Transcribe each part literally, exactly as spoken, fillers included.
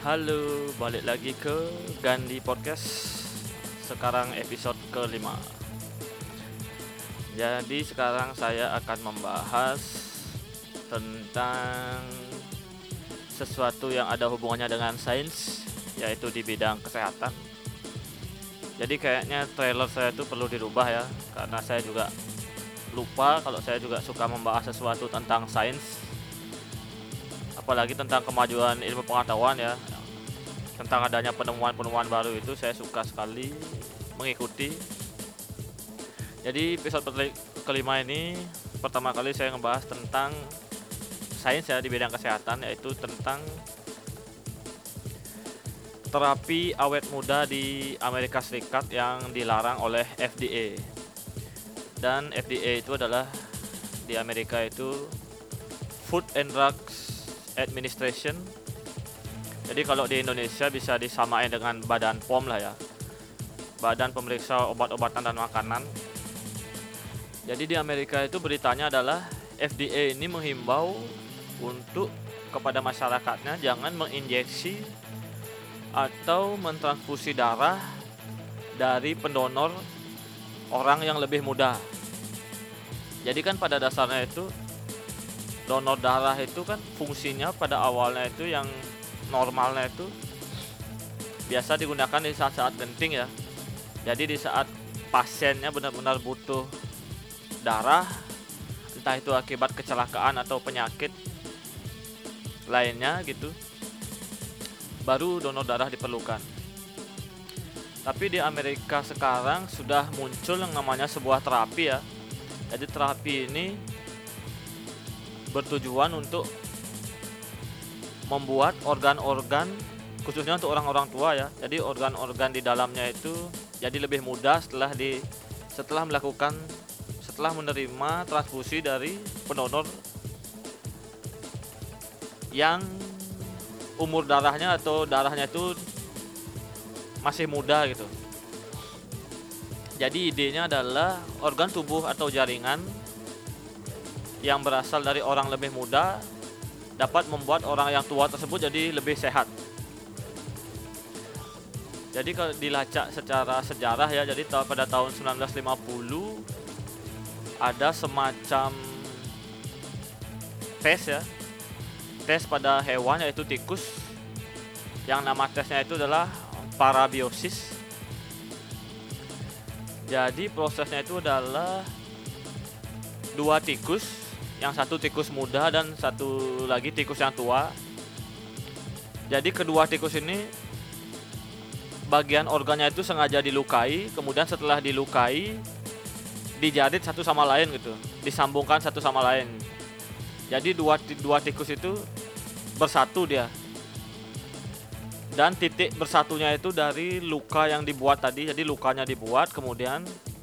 Halo, balik lagi ke Gandhi Podcast. Sekarang episode kelima. Jadi sekarang saya akan membahas tentang sesuatu yang ada hubungannya dengan sains, yaitu di bidang kesehatan. Jadi kayaknya trailer saya itu perlu dirubah ya, karena saya juga lupa kalau saya juga suka membahas sesuatu tentang sains, apalagi tentang kemajuan ilmu pengetahuan ya, tentang adanya penemuan-penemuan baru itu saya suka sekali mengikuti. Jadi episode kelima ini pertama kali saya ngebahas tentang sains ya di bidang kesehatan, yaitu tentang terapi awet muda di Amerika Serikat yang dilarang oleh F D A. Dan F D A itu adalah di Amerika itu Food and Drugs Administration. Jadi kalau di Indonesia bisa disamain dengan Badan P O M lah ya, Badan Pemeriksa Obat-obatan dan Makanan. Jadi di Amerika itu beritanya adalah F D A ini menghimbau untuk kepada masyarakatnya jangan menginjeksi atau mentransfusi darah dari pendonor orang yang lebih muda. Jadi kan pada dasarnya itu donor darah itu kan fungsinya pada awalnya itu yang normalnya itu biasa digunakan di saat-saat genting ya. Jadi di saat pasiennya benar-benar butuh darah, entah itu akibat kecelakaan atau penyakit lainnya gitu, baru donor darah diperlukan. Tapi di Amerika sekarang sudah muncul yang namanya sebuah terapi ya. Jadi terapi ini bertujuan untuk membuat organ-organ, khususnya untuk orang-orang tua ya. Jadi organ-organ di dalamnya itu jadi lebih mudah setelah di setelah melakukan setelah menerima transfusi dari pendonor yang umur darahnya atau darahnya itu masih muda gitu. Jadi idenya adalah organ tubuh atau jaringan yang berasal dari orang lebih muda dapat membuat orang yang tua tersebut jadi lebih sehat. Jadi kalau dilacak secara sejarah ya, jadi pada tahun sembilan belas lima puluh ada semacam tes ya, tes pada hewan yaitu tikus, yang nama tesnya itu adalah parabiosis. Jadi prosesnya itu adalah dua tikus, yang satu tikus muda dan satu lagi tikus yang tua. Jadi kedua tikus ini bagian organnya itu sengaja dilukai, kemudian setelah dilukai dijarit satu sama lain gitu, disambungkan satu sama lain. Jadi dua dua tikus itu bersatu dia. Dan titik bersatunya itu dari luka yang dibuat tadi. Jadi lukanya dibuat, kemudian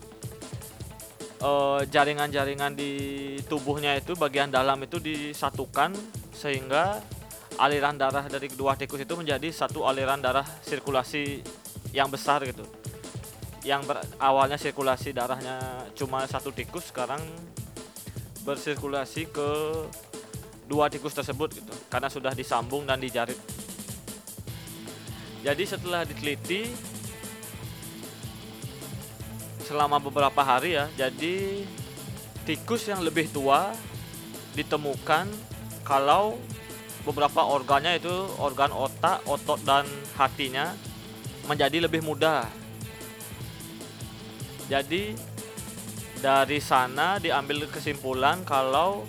eh, jaringan-jaringan di tubuhnya itu bagian dalam itu disatukan sehingga aliran darah dari kedua tikus itu menjadi satu aliran darah sirkulasi yang besar gitu. Yang ber, awalnya sirkulasi darahnya cuma satu tikus, sekarang bersirkulasi ke dua tikus tersebut gitu, karena sudah disambung dan dijarit. Jadi setelah diteliti selama beberapa hari ya, jadi tikus yang lebih tua ditemukan kalau beberapa organnya itu organ otak, otot dan hatinya menjadi lebih muda. Jadi dari sana diambil kesimpulan kalau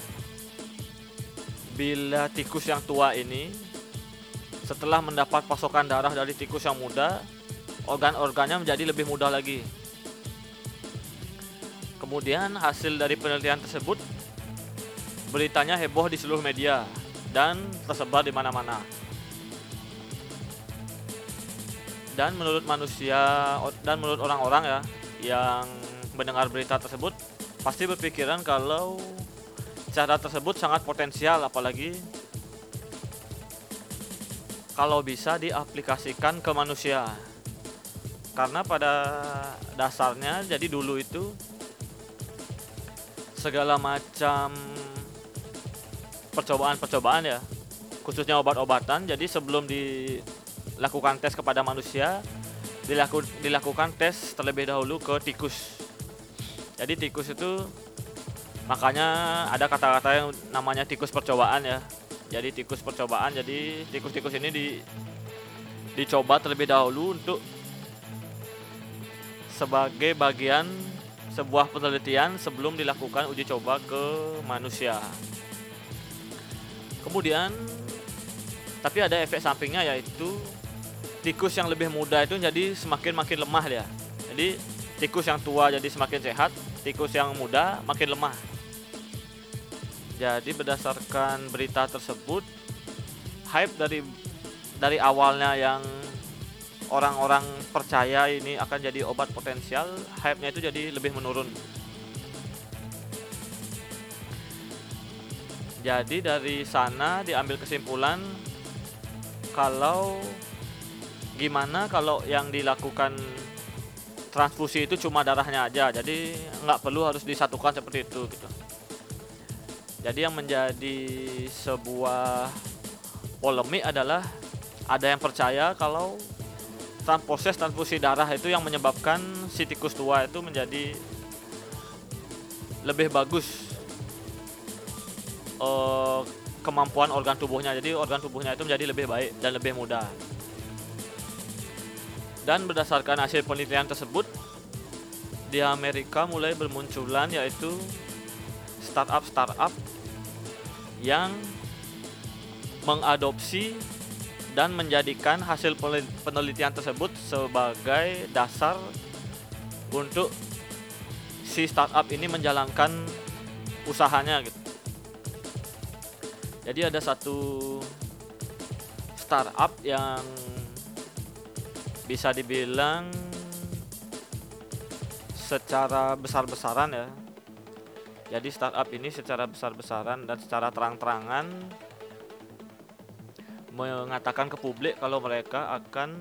bila tikus yang tua ini setelah mendapat pasokan darah dari tikus yang muda, organ-organnya menjadi lebih mudah lagi. Kemudian hasil dari penelitian tersebut beritanya heboh di seluruh media dan tersebar di mana-mana. Dan menurut manusia dan menurut orang-orang ya yang mendengar berita tersebut pasti berpikiran kalau cara tersebut sangat potensial, apalagi kalau bisa diaplikasikan ke manusia. Karena pada dasarnya jadi dulu itu segala macam percobaan-percobaan ya khususnya obat-obatan. Jadi sebelum dilakukan tes kepada manusia, dilaku, dilakukan tes terlebih dahulu ke tikus. Jadi tikus itu, makanya ada kata-kata yang namanya tikus percobaan ya. Jadi tikus percobaan, jadi tikus-tikus ini di, dicoba terlebih dahulu untuk sebagai bagian sebuah penelitian sebelum dilakukan uji coba ke manusia. Kemudian, tapi ada efek sampingnya, yaitu tikus yang lebih muda itu jadi semakin makin lemah ya. Jadi tikus yang tua jadi semakin sehat, tikus yang muda makin lemah. Jadi berdasarkan berita tersebut, hype dari dari awalnya yang orang-orang percaya ini akan jadi obat potensial, hype-nya itu jadi lebih menurun. Jadi dari sana diambil kesimpulan kalau gimana kalau yang dilakukan transfusi itu cuma darahnya aja, jadi nggak perlu harus disatukan seperti itu gitu. Jadi yang menjadi sebuah polemik adalah ada yang percaya kalau proses transfusi darah itu yang menyebabkan si tikus tua itu menjadi lebih bagus eh, kemampuan organ tubuhnya. Jadi organ tubuhnya itu menjadi lebih baik dan lebih mudah. Dan berdasarkan hasil penelitian tersebut, di Amerika mulai bermunculan yaitu startup-startup yang mengadopsi dan menjadikan hasil penelitian tersebut sebagai dasar untuk si startup ini menjalankan usahanya gitu. Jadi ada satu startup yang bisa dibilang secara besar-besaran ya. Jadi startup ini secara besar-besaran dan secara terang-terangan mengatakan ke publik kalau mereka akan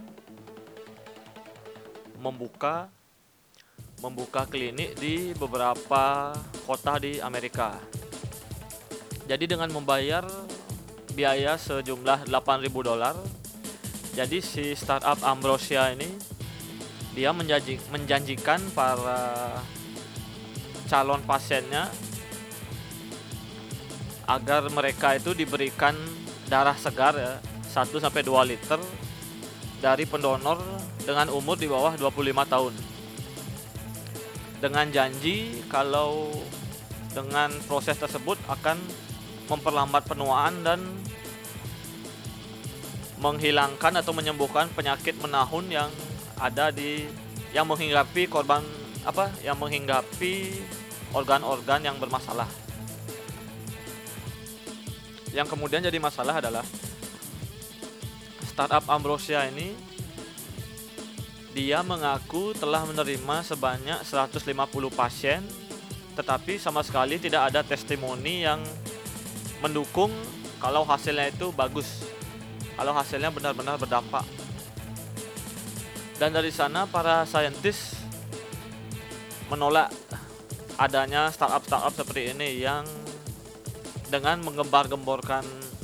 membuka membuka klinik di beberapa kota di Amerika. Jadi dengan membayar biaya sejumlah delapan ribu dolar, jadi si startup Ambrosia ini dia menjanji, menjanjikan para calon pasiennya agar mereka itu diberikan darah segar ya, satu sampai dua liter dari pendonor dengan umur di bawah dua puluh lima tahun. Dengan janji kalau dengan proses tersebut akan memperlambat penuaan dan menghilangkan atau menyembuhkan penyakit menahun yang ada di yang menghinggapi korban apa yang menghinggapi organ-organ yang bermasalah. Yang kemudian jadi masalah adalah startup Ambrosia ini dia mengaku telah menerima sebanyak seratus lima puluh pasien, tetapi sama sekali tidak ada testimoni yang mendukung kalau hasilnya itu bagus, kalau hasilnya benar-benar berdampak. Dan dari sana para saintis menolak adanya startup-startup seperti ini yang dengan menggembar-gemborkan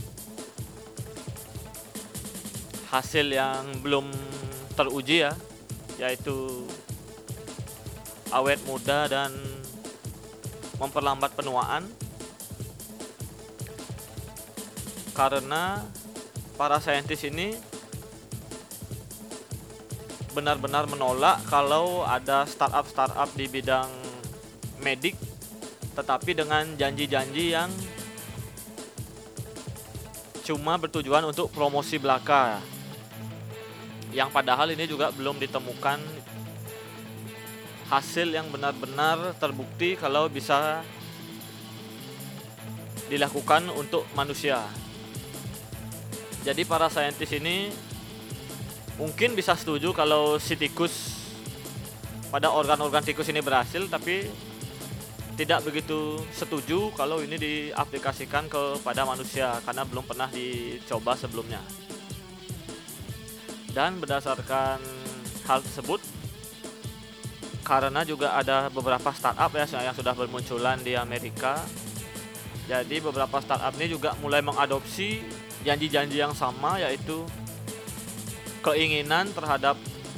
hasil yang belum teruji ya, yaitu awet muda dan memperlambat penuaan. Karena para saintis ini benar-benar menolak kalau ada startup-startup di bidang medik, tetapi dengan janji-janji yang cuma bertujuan untuk promosi belaka, yang padahal ini juga belum ditemukan hasil yang benar-benar terbukti kalau bisa dilakukan untuk manusia. Jadi para saintis ini mungkin bisa setuju kalau si tikus pada organ-organ tikus ini berhasil, tapi tidak begitu setuju kalau ini diaplikasikan kepada manusia karena belum pernah dicoba sebelumnya. Dan berdasarkan hal tersebut, karena juga ada beberapa startup ya yang sudah bermunculan di Amerika, jadi beberapa startup ini juga mulai mengadopsi janji-janji yang sama, yaitu keinginan terhadap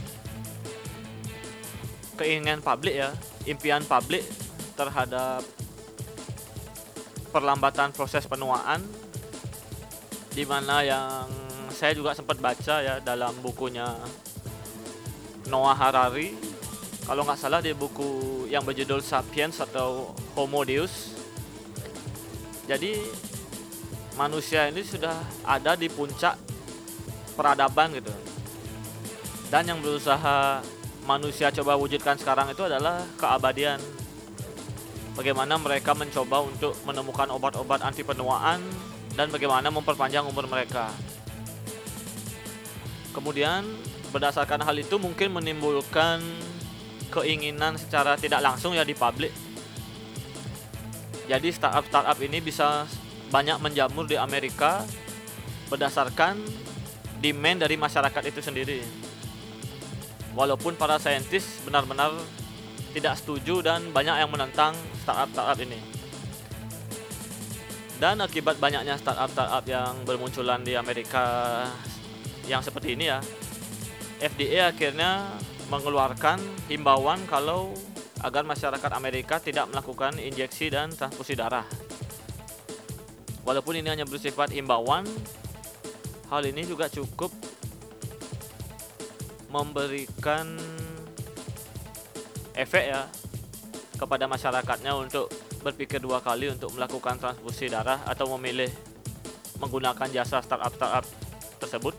keinginan publik ya, impian publik terhadap perlambatan proses penuaan, di mana yang saya juga sempat baca ya dalam bukunya Noah Harari, kalau nggak salah di buku yang berjudul Sapiens atau Homo Deus. Jadi manusia ini sudah ada di puncak peradaban gitu, dan yang berusaha manusia coba wujudkan sekarang itu adalah keabadian. Bagaimana mereka mencoba untuk menemukan obat-obat anti penuaan dan bagaimana memperpanjang umur mereka. Kemudian berdasarkan hal itu mungkin menimbulkan keinginan secara tidak langsung ya di publik. Jadi startup-startup ini bisa banyak menjamur di Amerika berdasarkan demand dari masyarakat itu sendiri. Walaupun para saintis benar-benar tidak setuju dan banyak yang menentang startup-startup ini. Dan akibat banyaknya startup-startup yang bermunculan di Amerika yang seperti ini ya, F D A akhirnya mengeluarkan himbauan kalau agar masyarakat Amerika tidak melakukan injeksi dan transfusi darah. Walaupun ini hanya bersifat himbauan, hal ini juga cukup memberikan efek ya kepada masyarakatnya untuk berpikir dua kali untuk melakukan transfusi darah atau memilih menggunakan jasa startup-startup tersebut.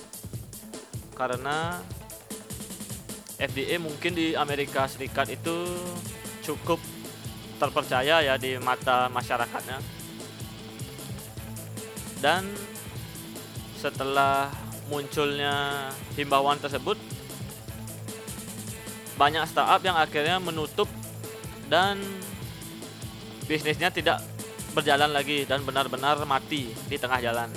Karena F D A mungkin di Amerika Serikat itu cukup terpercaya ya di mata masyarakatnya. Dan setelah munculnya himbauan tersebut, banyak startup yang akhirnya menutup dan bisnisnya tidak berjalan lagi dan benar-benar mati di tengah jalan.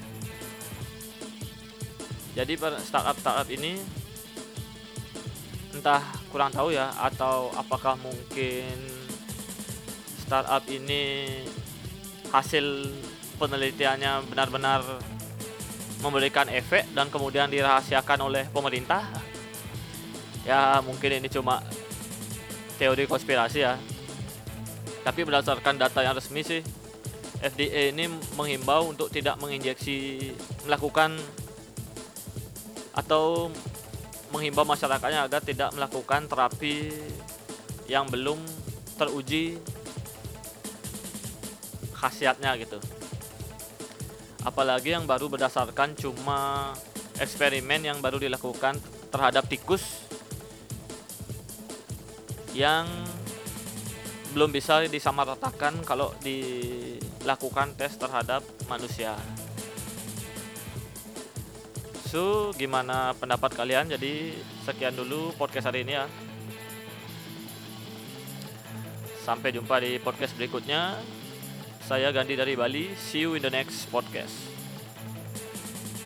Jadi startup-startup ini entah kurang tahu ya, atau apakah mungkin startup ini hasil penelitiannya benar-benar memberikan efek dan kemudian dirahasiakan oleh pemerintah. Ya mungkin ini cuma teori konspirasi ya. Tapi berdasarkan data yang resmi sih, F D A ini menghimbau untuk tidak menginjeksi, melakukan atau menghimbau masyarakatnya agar tidak melakukan terapi yang belum teruji khasiatnya gitu. Apalagi yang baru berdasarkan cuma eksperimen yang baru dilakukan terhadap tikus yang belum bisa disamaratakan kalau dilakukan tes terhadap manusia. So, gimana pendapat kalian? Jadi sekian dulu podcast hari ini ya. Sampai jumpa di podcast berikutnya. Saya Gandhi dari Bali. See you in the next podcast.